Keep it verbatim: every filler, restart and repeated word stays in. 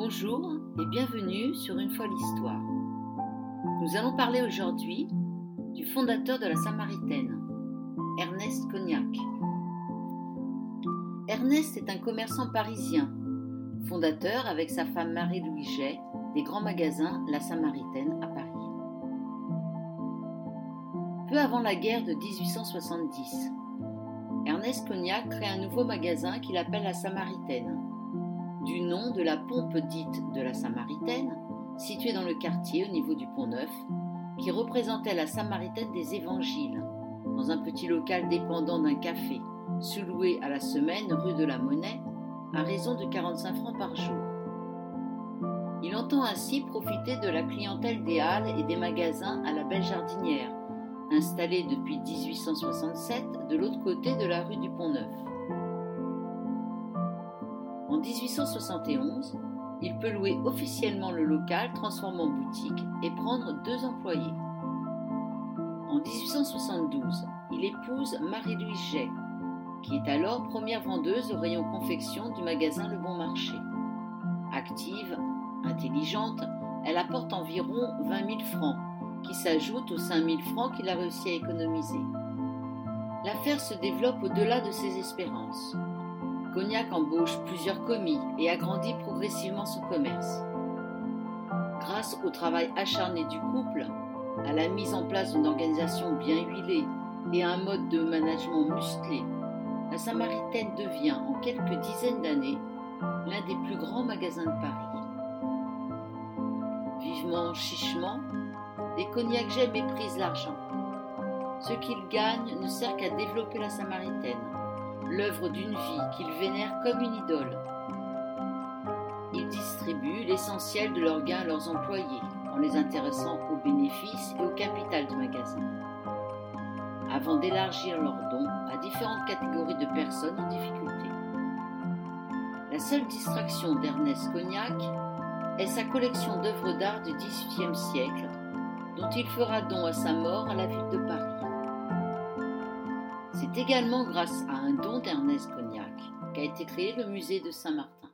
Bonjour et bienvenue sur Une fois l'histoire. Nous allons parler aujourd'hui du fondateur de la Samaritaine, Ernest Cognac. Ernest est un commerçant parisien, fondateur avec sa femme Marie-Louise Jay des grands magasins La Samaritaine à Paris. Peu avant la guerre de dix-huit cent soixante-dix, Ernest Cognac crée un nouveau magasin qu'il appelle La Samaritaine, du nom de la pompe dite de la Samaritaine, située dans le quartier au niveau du Pont-Neuf, qui représentait la Samaritaine des Évangiles, dans un petit local dépendant d'un café, sous-loué à la semaine rue de la Monnaie, à raison de quarante-cinq francs par jour. Il entend ainsi profiter de la clientèle des halles et des magasins à la Belle Jardinière, installés depuis dix-huit cent soixante-sept de l'autre côté de la rue du Pont-Neuf. En dix-huit cent soixante et onze, il peut louer officiellement le local transformé en boutique et prendre deux employés. En dix-huit cent soixante-douze, il épouse Marie-Louise Jay, qui est alors première vendeuse au rayon confection du magasin Le Bon Marché. Active, intelligente, elle apporte environ vingt mille francs, qui s'ajoutent aux cinq mille francs qu'il a réussi à économiser. L'affaire se développe au-delà de ses espérances. Cognac embauche plusieurs commis et agrandit progressivement son commerce. Grâce au travail acharné du couple, à la mise en place d'une organisation bien huilée et à un mode de management musclé, la Samaritaine devient en quelques dizaines d'années l'un des plus grands magasins de Paris. Vivement chichement, les Cognac Jay méprisent l'argent. Ce qu'ils gagnent ne sert qu'à développer la Samaritaine, l'œuvre d'une vie qu'ils vénèrent comme une idole. Ils distribuent l'essentiel de leurs gains à leurs employés, en les intéressant aux bénéfices et au capital du magasin, avant d'élargir leurs dons à différentes catégories de personnes en difficulté. La seule distraction d'Ernest Cognac est sa collection d'œuvres d'art du dix-huitième siècle, dont il fera don à sa mort à la ville de Paris. C'est également grâce à un don d'Ernest Cognac qu'a été créé le musée de Saint-Martin.